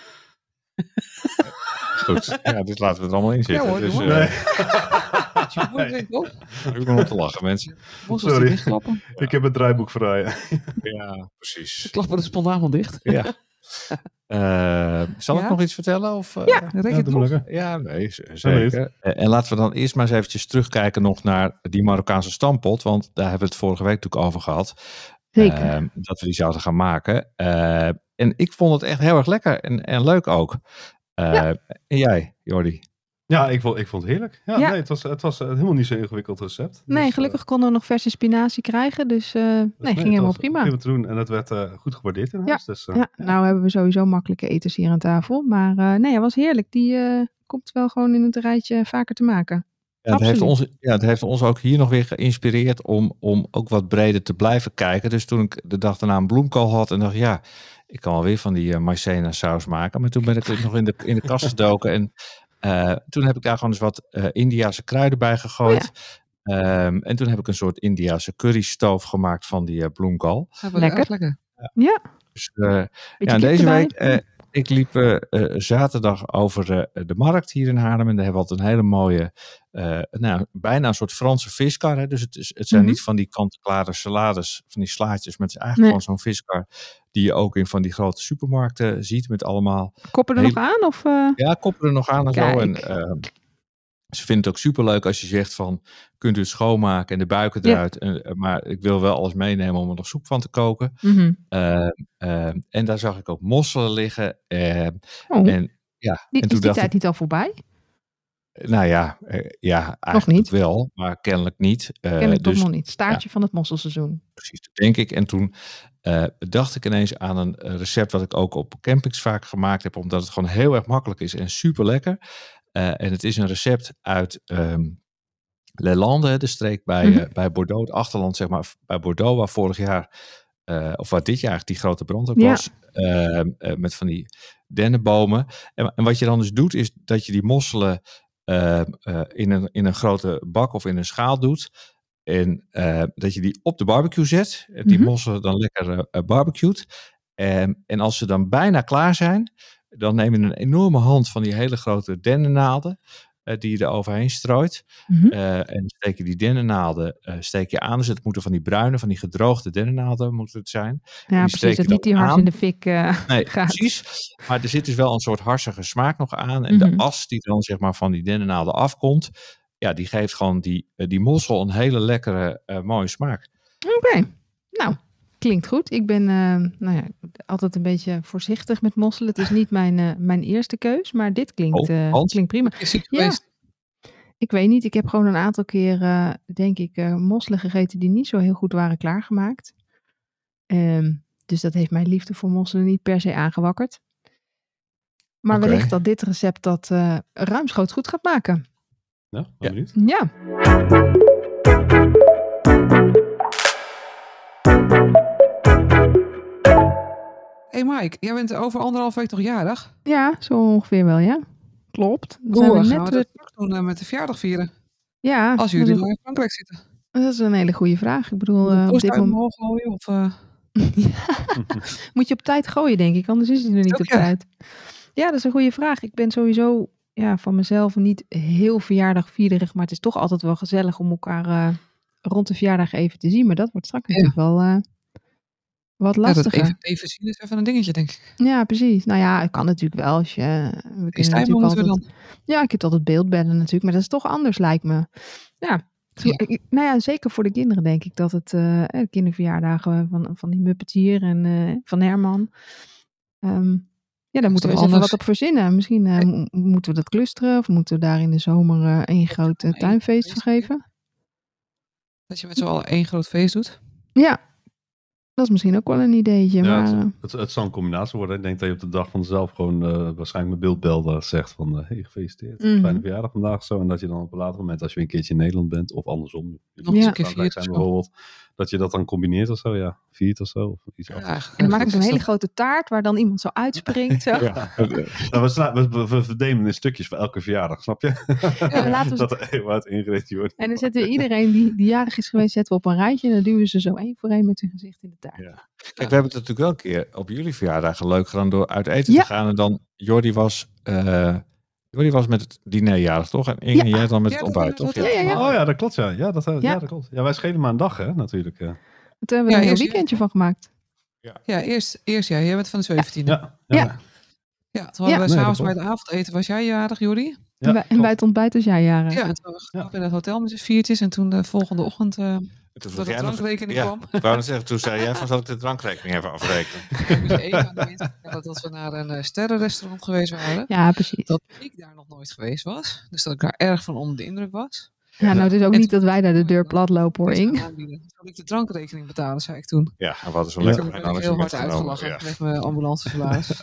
Goed. Ja, dit laten we er allemaal in zitten. Ja hoor, dus doe uh, maar. Jongen, denk ik op. ik ben om te lachen, mensen. Mossels die Sorry. dichtklappen. Ik heb het draaiboek vrij. Ja, Ze precies. klappen er spontaan van dicht. Ja. Uh, zal Ja? ik nog iets vertellen? Of, uh, Ja. Dan rek Ja, je doe maar toch? lekker. Ja, nee, z- benieuwd. zeker. Eh, En laten we dan eerst maar eens eventjes terugkijken nog naar die Marokkaanse stampot. Want daar hebben we het vorige week natuurlijk over gehad. Zeker. eh, dat we die zouden gaan maken. Eh, en ik vond het echt heel erg lekker en, en leuk ook. Eh, Ja. En jij, Jordi? Ja, ik vond, ik vond het heerlijk. Ja, Ja. Nee, het was, het was uh, helemaal niet zo'n ingewikkeld recept. Nee, Dus, gelukkig konden we nog verse spinazie krijgen, dus uh, nee, ging helemaal prima. Prima te doen en het werd uh, goed gewaardeerd in Ja. huis. Dus, uh, Ja, nou hebben we sowieso makkelijke eters hier aan tafel. Maar uh, nee, het was heerlijk. Die uh, komt wel gewoon in het rijtje vaker te maken. Ja, het, heeft Absoluut. ons, ja, het heeft ons ook hier nog weer geïnspireerd om, om ook wat breder te blijven kijken. Dus toen ik de dag daarna een bloemkool had en dacht, ja, ik kan alweer van die uh, maïzena saus maken. Maar toen ben ik nog in de, in de kast gedoken en uh, toen heb ik daar gewoon eens wat uh, Indiase kruiden bij gegooid. Oh ja. Um, en toen heb ik een soort Indiase currystoof gemaakt van die uh, bloemkool. Ja, was Lekker. erg lekker. Dus uh, ja, Beetje kip deze erbij. week, uh, Ik liep uh, uh, zaterdag over uh, de markt hier in Haarlem. En daar hebben we altijd een hele mooie, uh, nou, bijna een soort Franse viskar. Hè? Dus het, is, het zijn Mhm. niet van die kant-en-klare salades, van die slaatjes. Maar het is eigenlijk Nee. gewoon zo'n viskar die je ook in van die grote supermarkten ziet. Met allemaal, Koppen er Hele- nog aan? Of, uh... ja, koppen er nog aan en zo. En Kijk. uh, ze vinden het ook superleuk als je zegt van, kunt u het schoonmaken en de buiken Ja. eruit. En, uh, maar ik wil wel alles meenemen om er nog soep van te koken. Mhm. Uh, uh, en daar zag ik ook mosselen liggen. Uh, Oh, en ja, die, en is toen die dacht tijd ik, niet al voorbij? nou ja, uh, ja, eigenlijk niet? wel, maar kennelijk niet. Uh, Kennelijk dus toch nog niet. Staartje van het mosselseizoen. precies, dat denk ik. En toen uh, dacht ik ineens aan een uh, recept wat ik ook op campings vaak gemaakt heb, omdat het gewoon heel erg makkelijk is en super lekker. Uh, en het is een recept uit um, Les Landes, de streek bij, Mhm. uh, bij Bordeaux, het achterland zeg maar, bij Bordeaux, waar vorig jaar, uh, of waar dit jaar eigenlijk die grote brand ook Ja. was, uh, uh, met van die dennenbomen. En, en wat je dan dus doet, is dat je die mosselen uh, uh, in, een, in een grote bak of in een schaal doet. En uh, dat je die op de barbecue zet. Die Mhm. mosselen dan lekker uh, uh, barbecued. En, en als ze dan bijna klaar zijn, dan neem je een enorme hand van die hele grote dennennaalden. Uh, die je er overheen strooit. Mhm. Uh, en dan steek je die dennennaalden uh, steek je aan. Dus het moeten van die bruine, van die gedroogde dennennaalden moeten het zijn. Ja, die steek precies. Dat je niet dan die hars aan. in de fik uh, Nee, gaat. precies. Maar er zit dus wel een soort harsige smaak nog aan. En Mhm. de as die dan zeg maar van die dennennaalden afkomt, ja, die geeft gewoon die, uh, die mossel een hele lekkere, uh, mooie smaak. Oké. Okay. Nou, klinkt goed. Ik ben uh, nou ja, altijd een beetje voorzichtig met mosselen. Het is niet mijn, uh, mijn eerste keus, maar dit klinkt, uh, Oh, klinkt prima. Is hij Ja, geweest? ik weet niet. Ik heb gewoon een aantal keer, uh, denk ik, uh, mosselen gegeten die niet zo heel goed waren klaargemaakt. Um, dus dat heeft mijn liefde voor mosselen niet per se aangewakkerd. Maar Oké. wellicht dat dit recept dat uh, ruimschoots goed gaat maken. Ja, ben Ja. benieuwd. Ja. Hey Mike, jij bent over anderhalf week toch jarig? Ja, zo ongeveer wel, ja. Klopt. Dan Hoe zijn we uh, gaan net we weer... dat straks doen uh, met de verjaardag vieren? Ja, Als dat is, jullie een, nog in Frankrijk zitten. dat is een hele goede vraag. Ik bedoel, Moet ik uh, een op toast dit uit moment... omhoog gooien? Of, uh... Moet je op tijd gooien, denk ik. Anders is hij er niet op ja. tijd. Ja, dat is een goede vraag. Ik ben sowieso ja, van mezelf niet heel verjaardagvierig. Maar het is toch altijd wel gezellig om elkaar uh, rond de verjaardag even te zien. Maar dat wordt straks Ja. natuurlijk wel uh, wat Ja, lastiger. dat even, even zien is even een dingetje, denk ik. Ja, precies. Nou ja, het kan natuurlijk wel. Als je, we kunnen FaceTime natuurlijk moeten we altijd... dan. Ja, ik heb altijd beeldbellen natuurlijk. Maar dat is toch anders, lijkt me. Ja. Ja. Ik- Nou ja, zeker voor de kinderen denk ik dat het uh, kinderverjaardagen van, van die Muppetier en uh, van Herman. Um, ja, daar moeten we toch eens even anders? wat op verzinnen. Misschien uh, m- moeten we dat clusteren of moeten we daar in de zomer uh, één groot uh, één tuinfeest feest van geven. Dat je met z'n allen één groot feest doet. Ja, dat is misschien ook wel een ideetje. Ja, maar, uh, het, het, het zal een combinatie worden. Ik denk dat je op de dag van zelf gewoon uh, waarschijnlijk met beeldbelden zegt van uh, hey, gefeliciteerd, Mhm. fijne verjaardag vandaag zo. En dat je dan op een later moment, als je weer een keertje in Nederland bent of andersom, Nog jullie eens Ja. een keer Frankrijk vieren. zijn of zo. bijvoorbeeld, dat je dat dan combineert of zo, ja, viert of zo. Of iets Ja, af. eigenlijk en dan maken we is zo'n hele dat- grote taart waar dan iemand zo uitspringt. Zo. Ja. Nou, we, sla- we, we, we verdelen in stukjes voor elke verjaardag, snap je? Ja, laten we ze- dat er heel wat ingereden wordt. En dan zetten we iedereen die, die jarig is geweest, zetten we op een rijtje. En dan duwen we ze zo één voor één met hun gezicht in de taart. Ja. Kijk, we hebben het natuurlijk wel een keer op jullie verjaardagen leuk gedaan door uit eten Ja. te gaan. En dan, Jordi was, uh, Jordi was met het dinerjarig, toch? En Inge, Ja. jij dan met Ja, het dat ontbijt, doen we toch? met Ja, ja, ja. Oh ja, dat klopt ja. Ja, dat, ja. Ja. dat klopt. Ja, wij schelen maar een dag hè, natuurlijk. Ja, Toen hebben we Ja, er een heel eerst- weekendje van gemaakt. Ja, eerst, eerst jij. Jij bent van de zeventiende. ja. Ja. Ja, toen Ja. hadden we Nee, s'avonds dat bij het avondeten. Was jij jarig, Jordi? Ja, en, bij, en klopt. bij het ontbijt was jij jarig. Ja, en toen waren we Ja. in het hotel met z'n viertjes. En toen de volgende ochtend uh, En toen dat vroeg de jij nog- drankrekening ja, kwam. ik wou net zeggen, toen zei jij van, zal ik de drankrekening even afrekenen? moest je even aan de wind vertellen dat we naar een uh, sterrenrestaurant geweest waren. Ja, precies. Dat ik daar nog nooit geweest was. Dus dat ik daar erg van onder de indruk was. Ja, nou, het is ook En niet toen- dat wij naar de deur plat lopen, hoor, Deze gaan Ing. aanbieden. Zal ik de drankrekening betalen, zei ik toen. Ja, en we hadden zo'n Ja. lekker Toen ben ik mijn heel hard genomen. uitgelachen Ja. met mijn ambulancesalaris.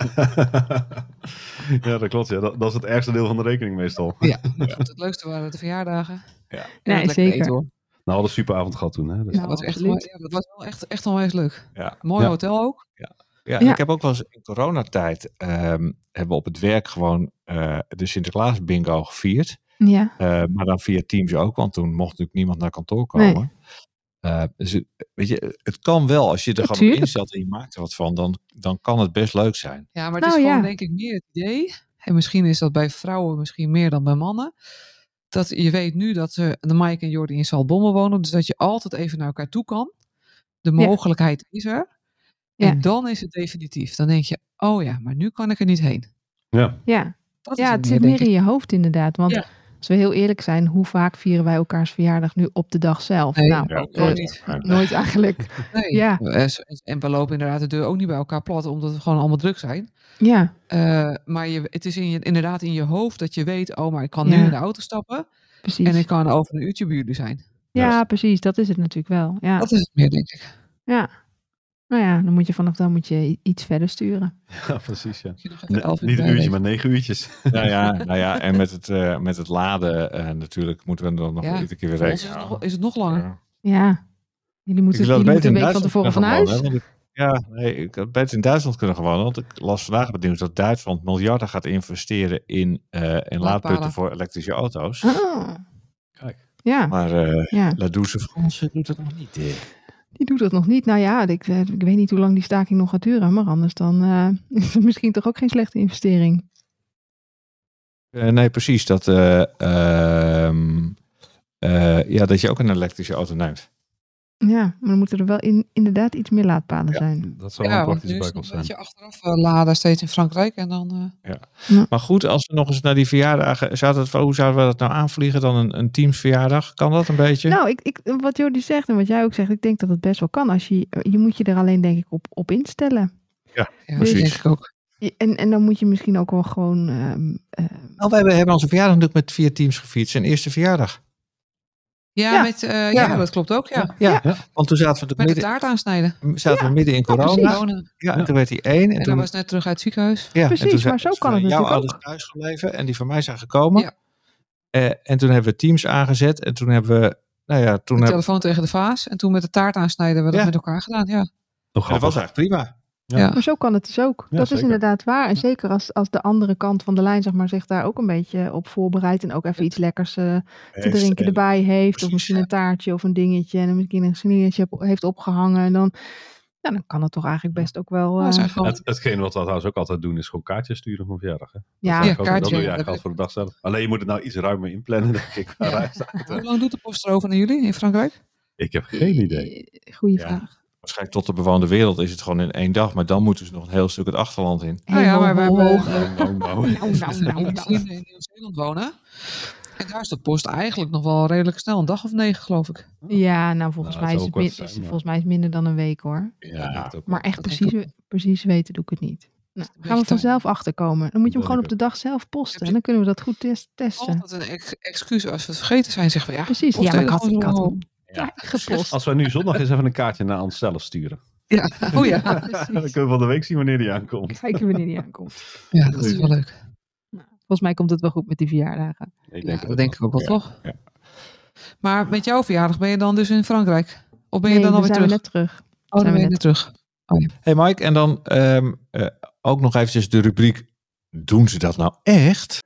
ja, dat klopt. Ja. Dat, dat is het ergste deel van de rekening meestal. Ja, maar goed, het leukste waren de verjaardagen. Ja. En Nee, het lekker zeker. eten, hoor. Nou, we hadden een superavond gehad toen. Hè. Dus Ja. Dat was, echt, absoluut. wel- ja, dat was wel echt, echt onwijs leuk. Ja. Mooi Ja. hotel ook. Ja, Ja. ik heb ook wel eens in coronatijd ehm, hebben we op het werk gewoon uh, de Sinterklaas bingo gevierd. Ja. Uh, maar dan via Teams ook, want toen mocht natuurlijk niemand naar kantoor komen. Uh, dus het, weet je, het kan wel. Als je er Ja, gewoon op tuurlijk. instelt en je maakt er wat van, dan, dan kan het best leuk zijn. Ja, maar het Nou, is gewoon ja. denk ik meer het idee. En misschien is dat bij vrouwen misschien meer dan bij mannen. Dat je weet nu dat ze, de Mike en Jordi in Zaltbommel wonen. Dus dat je altijd even naar elkaar toe kan. De Ja. mogelijkheid is er. Ja. En dan is het definitief. Dan denk je, oh ja, maar nu kan ik er niet heen. Ja. Ja, Dat ja is het meer, zit denk meer in ik. je hoofd inderdaad. Want Ja. als we heel eerlijk zijn, hoe vaak vieren wij elkaars verjaardag nu op de dag zelf? Nee, nou, ook eh, gewoon niet. nooit eigenlijk. Nee. Ja. Eh, En we lopen inderdaad de deur ook niet bij elkaar plat, omdat we gewoon allemaal druk zijn. Ja, Uh, maar je, het is in je, inderdaad in je hoofd dat je weet, oh, maar ik kan Ja. nu in de auto stappen. precies. En ik kan over een uurtje bij jullie zijn. Ja, precies. Dat is het natuurlijk wel. Ja. Dat is het meer, denk ik. ja. Nou ja, dan moet je vanaf dan moet je i- iets verder sturen. Ja, precies. Ja. Moet je nog even Ne- elf uur niet een bij uurtje, wezen. maar negen uurtjes. Nou ja, nou ja en met het, uh, met het laden uh, natuurlijk moeten we dan nog Ja, iedere keer weer Voor ons is rekenen. het nog, is het nog langer. Ja. Ja. Jullie moeten, Ik wil jullie beter moeten een in week van Duitsland tevoren van kunnen huis. gaan wonen, want ik- Ja, nee, ik had beter in Duitsland kunnen gaan wonen. Want ik las vandaag op het nieuws dat Duitsland miljarden gaat investeren in, uh, in laadpunten Laadpalen. voor elektrische auto's. Oh. Kijk. Ja, Maar uh, ja, La Douce France doet het nog niet. eh. die doet dat nog niet. Nou ja, ik, eh, ik weet niet hoe lang die staking nog gaat duren. Maar anders dan uh, is het misschien toch ook geen slechte investering. Uh, nee, precies. Dat, uh, uh, uh, ja, dat je ook een elektrische auto neemt. Ja, maar dan moeten er wel in, inderdaad iets meer laadpalen Ja. zijn. Dat zou wel Ja, een want praktische nu is het nog bijkomst een zijn. beetje achteraf uh, laden steeds in Frankrijk. En dan, uh, Maar goed, als we nog eens naar die verjaardagen... Zou dat, hoe zouden we dat nou aanvliegen dan? Een, een teamsverjaardag? Kan dat een beetje? Nou, ik, ik, wat Jordi zegt en wat jij ook zegt, ik denk dat het best wel kan. Als je, je moet je er alleen denk ik op, op instellen. Ja, ja, precies. dat denk ik ook. Je- En, en dan moet je misschien ook wel gewoon... ehm, eh, Nou, we hebben, hebben onze verjaardag natuurlijk met vier teams gevierd. Zijn eerste verjaardag. Ja, Ja. Met, uh, ja. Ja. ja, dat klopt ook. Ja. Ja, Ja. want toen zaten we Met natuurlijk de midden, taart aansnijden. zaten we midden in Ja, corona. precies. Wonen. Ja, en toen werd hij één. En, En toen, dan was net terug uit het ziekenhuis. ja, Precies, en toen zijn- maar zo toen kan het zijn jouw natuurlijk ouders thuis gebleven en die van mij zijn gekomen. Ja. Eh, en toen hebben we teams aangezet. En toen hebben we... Nou ja, toen De heb, telefoon tegen de vaas. En toen met de taart aansnijden hebben we dat Ja. met elkaar gedaan. Ja. Nog en dat was grappig. eigenlijk prima. Ja. Ja. Maar zo kan het dus ook. Ja, dat zeker. is inderdaad waar. En zeker als, als de andere kant van de lijn zeg maar, zich daar ook een beetje op voorbereidt. En ook even iets lekkers eh, te Heeft, drinken en- erbij heeft. precies, Of misschien ja. een taartje of een dingetje. En dan misschien een sneertje heb- heeft opgehangen. En dan, ja, dan kan het toch eigenlijk best ook wel... Ja, eh, zijn gewoon- Het, hetgeen wat we trouwens ook altijd doen is gewoon kaartjes sturen van verjaardag. Hè? ja, Dat, is Ja, eigenlijk ook- kaartje, dat doe je ja, eigenlijk dat al voor de dag zelf. Alleen je moet het nou iets ruimer inplannen, denk ik. qua Ja. reistijd. Hoe lang doet de post erover naar jullie in Frankrijk? Ik heb geen idee. Goeie Ja. vraag. Waarschijnlijk tot de bewoonde wereld is het gewoon in één dag. Maar dan moeten ze nog een heel stuk het achterland in. Nou ja, maar we Hemel hebben- hoog. Nou, nou, nou. Nou, nou, nou, Mijn nou. vrienden in Nieuw-Zeeland wonen. En daar is de post eigenlijk nog wel redelijk snel. Een dag of negen, geloof ik. Ja, nou volgens, Nou, mij dat is zou het, ook min- wat is, zijn, maar- volgens mij is het minder dan een week hoor. Ja, ik denk het ook Maar wel. echt Dat denk precies, precies weten doe ik het niet. Nou, een gaan we beetje vanzelf achterkomen. Dan moet je hem Dat gewoon op denk de dag zelf posten. Heb je- En dan kunnen we dat goed tes- testen. Altijd een ex- excuus als we het vergeten zijn. Zeggen we ja, Precies. post Ja, maar ik even had, ik gewoon had zo. hem Ja, gepost. Als wij nu zondag eens even een kaartje naar onszelf sturen. Ja, oh ja. Dan kunnen we van de week zien wanneer die aankomt. Kijken wanneer die aankomt. Ja, dat is wel leuk. Volgens mij komt het wel goed met die verjaardagen. Ik Ja, denk dat het denk ik ook wel, Ja, toch? ja. Maar met jouw verjaardag ben je dan dus in Frankrijk? Of ben je Nee, dan we alweer zijn terug? net terug. Oh, dan zijn ben we je net net terug. Hey Mike, en dan um, uh, ook nog eventjes de rubriek. Doen ze dat nou echt?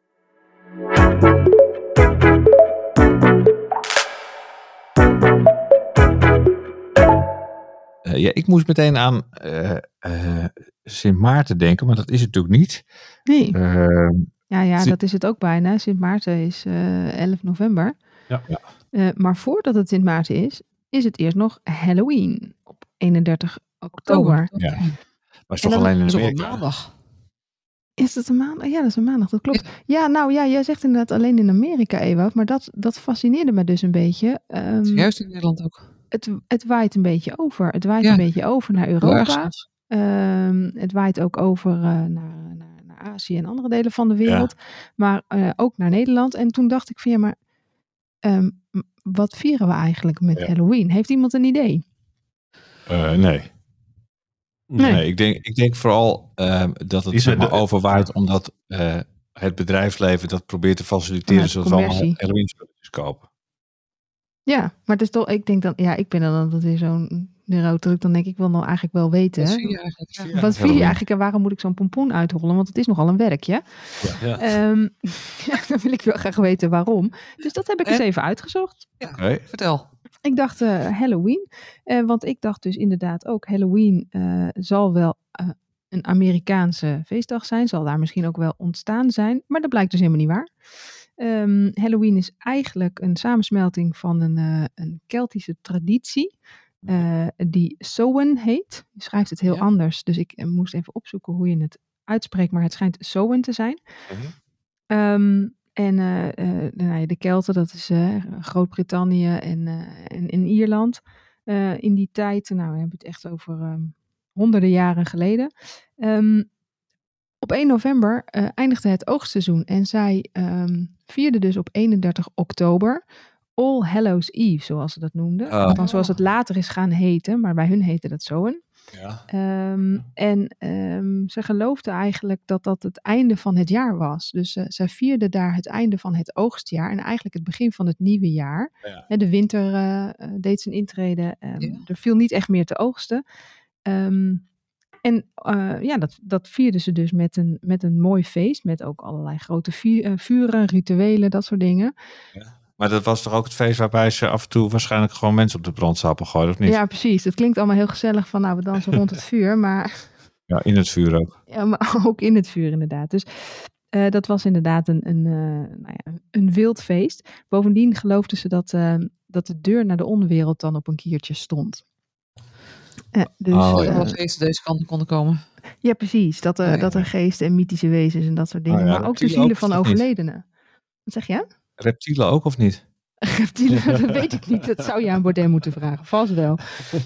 Uh, ja, ik moest meteen aan uh, uh, Sint Maarten denken, maar dat is het natuurlijk niet. Nee. Uh, Ja, ja, Sint- dat is het ook bijna. Sint Maarten is uh, elf november. Ja. Ja. Uh, maar voordat het Sint Maarten is, is het eerst nog Halloween op eenendertig oktober. Ja. Maar is En toch dan- alleen in Dat is op een Amerika? maandag. Is dat een maandag? Ja, dat is een maandag, dat klopt. Ja, nou ja, jij zegt inderdaad alleen in Amerika, Ewout. Maar dat, dat fascineerde me dus een beetje. Um, Juist in Nederland ook. het, het waait een beetje over. Het waait Ja. een beetje over naar Heel erg Europa. zelfs. Um, het waait ook over uh, naar, naar, naar Azië en andere delen van de wereld. Maar uh, ook naar Nederland. En toen dacht ik van ja, maar um, wat vieren we eigenlijk met Ja. Halloween? Heeft iemand een idee? Uh, nee. Nee. Nee, ik denk, ik denk vooral um, dat het Iets zeg met maar, de- overwaait omdat uh, het bedrijfsleven dat probeert te faciliteren Vanuit zodat we allemaal commercie. Halloween spulletjes kopen. Ja, maar het is toch, ik denk dan, ja, ik ben dan altijd weer zo'n neurotruk. Dan denk ik wel nou eigenlijk wel weten. Dat Hè? zie je eigenlijk. Ja. Ja. Wat vier je Halloween. eigenlijk en waarom moet ik zo'n pompoen uitrollen? Want het is nogal een werkje. Ja. Um, ja, dan wil ik wel graag weten waarom. Dus dat heb ik eens En? even uitgezocht. Oké. Vertel. ik dacht uh, Halloween. Uh, want ik dacht dus inderdaad ook Halloween uh, zal wel uh, een Amerikaanse feestdag zijn. Zal daar misschien ook wel ontstaan zijn. Maar dat blijkt dus helemaal niet waar. Um, Halloween is eigenlijk een samensmelting van een, uh, een Keltische traditie. Uh, die Samhain heet. Je schrijft het heel Ja. anders. Dus ik uh, moest even opzoeken hoe je het uitspreekt. Maar het schijnt Samhain te zijn. Uh-huh. Um, En uh, uh, nou ja, de Kelten, dat is uh, Groot-Brittannië en, uh, en, en Ierland. Uh, in die tijd, nou we hebben het echt over um, honderden jaren geleden. Um, op één november uh, eindigde het oogstseizoen. En zij um, vierden dus op eenendertig oktober All Hallows Eve, zoals ze dat noemden. Oh. Althans, zoals het later is gaan heten. Maar bij hun heette dat Samhain. Ja. Um, en um, ze geloofden eigenlijk dat dat het einde van het jaar was. Dus uh, zij vierden daar het einde van het oogstjaar en eigenlijk het begin van het nieuwe jaar. Ja. He, de winter uh, deed zijn intrede. Um, Ja. Er viel niet echt meer te oogsten. Um, en uh, ja, dat, dat vierden ze dus met een, met een mooi feest. Met ook allerlei grote vier, uh, vuren, rituelen, dat soort dingen. Ja. Maar dat was toch ook het feest waarbij ze af en toe waarschijnlijk gewoon mensen op de brandstapel gooiden, of niet? Ja, precies. Het klinkt allemaal heel gezellig van nou, we dansen rond het vuur. Maar Ja, in het vuur ook. Ja, maar ook in het vuur inderdaad. Dus uh, dat was inderdaad een, een, uh, nou ja, een wild feest. Bovendien geloofden ze dat, uh, dat de deur naar de onderwereld dan op een kiertje stond. Uh, dus, Oh, Dat ja. alle uh, geesten deze kant konden komen. ja, precies. Dat, uh, Oh, ja. dat er geesten en mythische wezens en dat soort dingen. Oh, ja, maar ook de reptielen zielen ook, van of niet? overledenen. Wat zeg je? Reptielen ook of niet? Reptielen, dat weet ik niet. Dat zou je aan Baudet moeten vragen. Vast wel.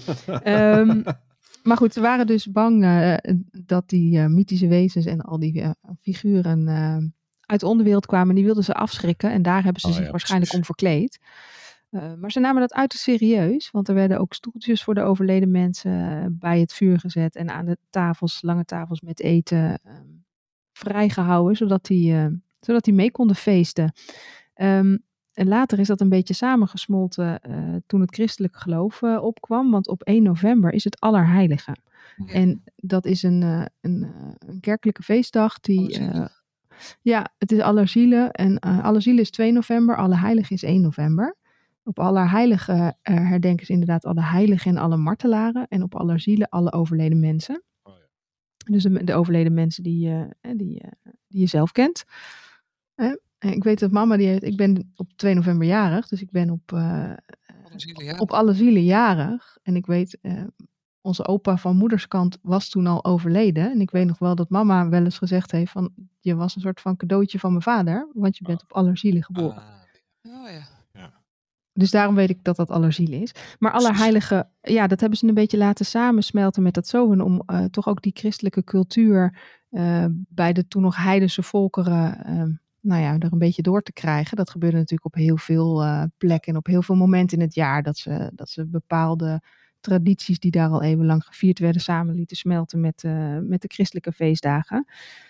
Um, maar goed, ze waren dus bang uh, dat die uh, mythische wezens en al die uh, figuren uh, uit de onderwereld kwamen. Die wilden ze afschrikken en daar hebben ze Oh, zich ja, waarschijnlijk precies. om verkleed. Uh, maar ze namen dat uiterst serieus, want er werden ook stoeltjes voor de overleden mensen uh, bij het vuur gezet. En aan de tafels, lange tafels met eten uh, vrijgehouden, zodat die, uh, zodat die mee konden feesten. Um, En later is dat een beetje samengesmolten uh, toen het christelijke geloof uh, opkwam. Want op één november is het Allerheilige. Ja. En dat is een, uh, een, uh, een kerkelijke feestdag. Die, uh, ja, het is Allerzielen. En uh, Allerzielen is twee november. Allerheilige is één november. Op Allerheilige uh, herdenken ze inderdaad alle heiligen en alle martelaren. En op Allerzielen alle overleden mensen. Oh, ja. Dus de, de overleden mensen die, uh, die, uh, die je zelf kent. Uh, Ik weet dat mama, die heeft, ik ben op twee november jarig, dus ik ben op, uh, Alle zielen, ja. op alle zielen jarig. En ik weet, uh, onze opa van moederskant was toen al overleden. En ik weet nog wel dat mama wel eens gezegd heeft van, je was een soort van cadeautje van mijn vader, want je bent op alle zielen geboren. Oh ja. Dus daarom weet ik dat dat Allerzielen is. Maar Allerheilige, ja, dat hebben ze een beetje laten samensmelten met dat Samhain om uh, toch ook die christelijke cultuur uh, bij de toen nog heidense volkeren uh, nou ja, er een beetje door te krijgen. Dat gebeurde natuurlijk op heel veel uh, plekken en op heel veel momenten in het jaar. Dat ze, dat ze bepaalde tradities die daar al eeuwenlang gevierd werden samen lieten smelten met, uh, met de christelijke feestdagen.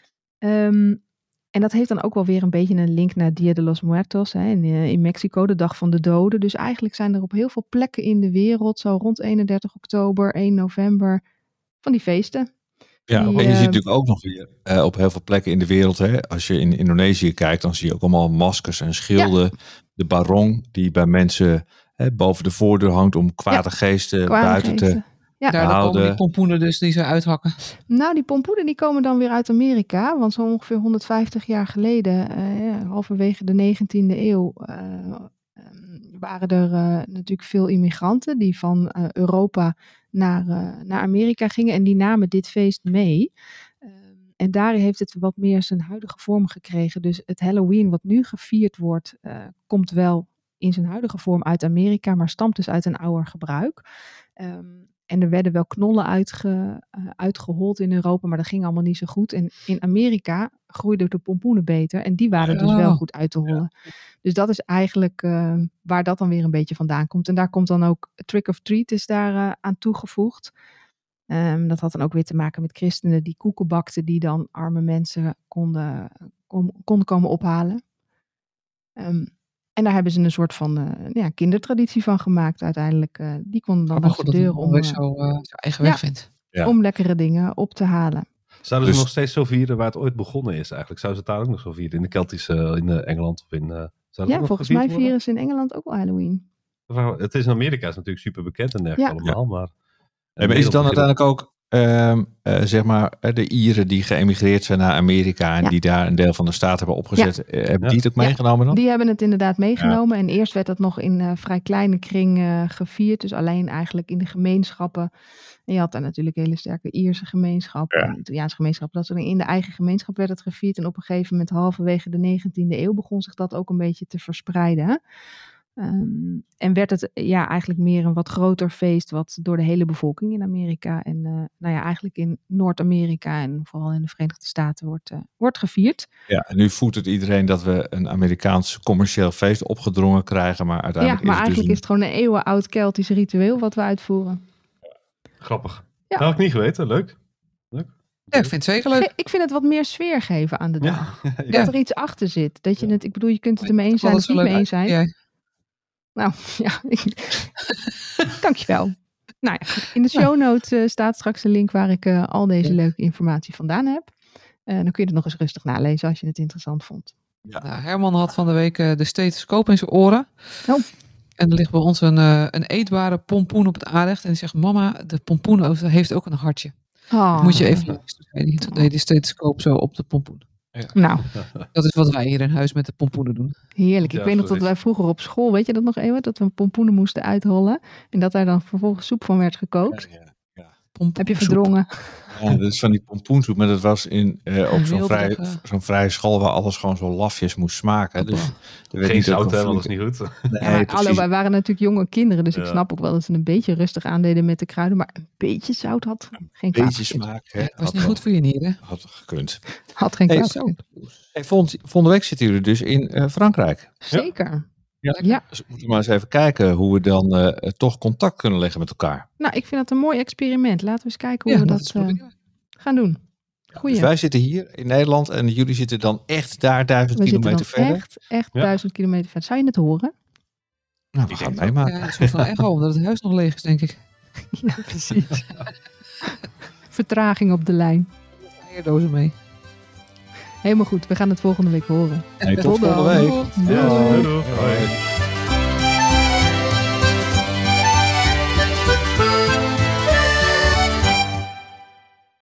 Um, en dat heeft dan ook wel weer een beetje een link naar Dia de los Muertos hè, in, uh, in Mexico, de dag van de doden. Dus eigenlijk zijn er op heel veel plekken in de wereld, zo rond eenendertig oktober, één november, van die feesten. Ja, die, en je uh, ziet natuurlijk ook nog weer uh, op heel veel plekken in de wereld, hè, als je in Indonesië kijkt, dan zie je ook allemaal maskers en schilden. Ja. De barong die bij mensen hè, boven de voordeur hangt om kwade ja. geesten kwade buiten geesten. te Ja. Daardoor houden. komen die pompoenen dus die ze uithakken. Nou, die pompoenen die komen dan weer uit Amerika. Want zo ongeveer honderdvijftig jaar geleden, uh, ja, halverwege de negentiende eeuw, uh, waren er uh, natuurlijk veel immigranten die van uh, Europa naar, uh, naar Amerika gingen. En die namen dit feest mee. Uh, en daar heeft het wat meer zijn huidige vorm gekregen. Dus het Halloween wat nu gevierd wordt, uh, komt wel in zijn huidige vorm uit Amerika, maar stamt dus uit een ouder gebruik. Um, En er werden wel knollen uitge, uh, uitgehold in Europa, maar dat ging allemaal niet zo goed. En in Amerika groeiden de pompoenen beter en die waren Oh. dus wel goed uit te hollen. Ja. Dus dat is eigenlijk uh, waar dat dan weer een beetje vandaan komt. En daar komt dan ook Trick or Treat is daar uh, aan toegevoegd. Um, dat had dan ook weer te maken met christenen die koeken bakten die dan arme mensen konden, kon, konden komen ophalen. Um, En daar hebben ze een soort van uh, ja, kindertraditie van gemaakt uiteindelijk. Uh, die konden dan langs de deur om, uh, zo, uh, zo eigen weg ja, vindt. Ja. om lekkere dingen op te halen. Zouden Dus- ze nog steeds zo vieren waar het ooit begonnen is eigenlijk? Zouden ze het daar ook nog zo vieren? In de Keltische, in uh, Engeland of in... Uh, zou dat Ja, ook nog volgens gevierd mij worden? vieren ze in Engeland ook wel Halloween. Het is in Amerika is natuurlijk super bekend en dergelijke Ja. allemaal, maar... En is het dan uiteindelijk ook, ehm, eh, zeg maar, eh, de Ieren die geëmigreerd zijn naar Amerika en Ja. die daar een deel van de staat hebben opgezet, eh, hebben Ja. die het ook Ja, meegenomen dan? Die hebben het inderdaad meegenomen. En eerst werd dat nog in uh, vrij kleine kring uh, gevierd. Dus alleen eigenlijk in de gemeenschappen. En je had daar natuurlijk hele sterke Ierse gemeenschappen. Ja. En Italiaanse gemeenschappen. Dat soort dingen. In de eigen gemeenschap werd het gevierd. En op een gegeven moment, halverwege de negentiende eeuw, begon zich dat ook een beetje te verspreiden. Um, en werd het ja, eigenlijk meer een wat groter feest. Wat door de hele bevolking in Amerika. En uh, nou ja, eigenlijk in Noord-Amerika. En vooral in de Verenigde Staten wordt, uh, wordt gevierd. Ja, en nu voedt het iedereen dat we een Amerikaans commercieel feest opgedrongen krijgen. Maar Ja, uiteindelijk maar is het eigenlijk dus is het gewoon een eeuwenoud Keltisch ritueel wat we uitvoeren. Grappig. Ja. Dat had ik niet geweten. Leuk. Leuk. Ja, ik vind het zeker leuk. Ge- Ik vind het wat meer sfeer geven aan de dag. Ja. Ja. Dat er iets achter zit. Dat je Ja. het, ik bedoel, je kunt het ermee eens Ik zijn vond of het niet zo mee eens leuk. zijn. Ja. Nou, ja. ik- Dankjewel. Nou ja, in de show notes uh, staat straks een link waar ik uh, al deze Ja. leuke informatie vandaan heb. Uh, dan kun je het nog eens rustig nalezen als je het interessant vond. Ja. Nou, Herman had van de week uh, de stethoscoop in zijn oren. Oh. En er ligt bij ons een, uh, een eetbare pompoen op het aanrecht. En die zegt, mama, de pompoen heeft ook een hartje. Oh. Moet je even luisteren. Toen deed die stethoscoop zo op de pompoen. Nou, Dat is wat wij hier in huis met de pompoenen doen. heerlijk. Ik Ja, weet nog zo dat is. wij vroeger op school, weet je dat nog even? Dat we pompoenen moesten uithollen. En dat daar dan vervolgens soep van werd gekookt. Ja, ja. Heb je Pompoensoep. verdrongen? Ja, dat is van die pompoensoep, maar dat was in, uh, op zo'n vrij, Weelderige- zo'n vrije school waar alles gewoon zo lafjes moest smaken. Dus er werd Geen niet ook zout, een hè, want dat flinke- is niet goed. Nee, Ja, maar precies. hallo, wij waren natuurlijk jonge kinderen, dus ik Ja. snap ook wel dat ze een beetje rustig aandeden met de kruiden, maar een beetje zout had geen kwaad Beetje gekund. smaak. Hè? Was Had niet wel- goed voor je nieren. Had gekund. Had geen Hey, kwaad zo. gekund. Hey, volgende, volgende week zitten jullie dus in eh, Frankrijk. Zeker. Ja. Ja. Dus we moeten maar eens even kijken hoe we dan eh, toch contact kunnen leggen met elkaar. Nou, ik vind dat een mooi experiment. Laten we eens kijken hoe Ja, we dat dat is uh, proberen. gaan doen. Goeie. Dus wij zitten hier in Nederland en jullie zitten dan echt daar duizend we zitten dan kilometer verder. echt, echt Ja. duizend kilometer verder. Zou je het horen? Nou, we Ik gaan denk het meemaken. Ja, een soort van echo, omdat het huis nog leeg is, denk ik. Ja, precies. Vertraging op de lijn. Eierdozen mee. Helemaal goed. We gaan het volgende week horen. Hey, tot Tot dan. volgende week. Doeg. Doei. Ja, doei, doei. Hoi.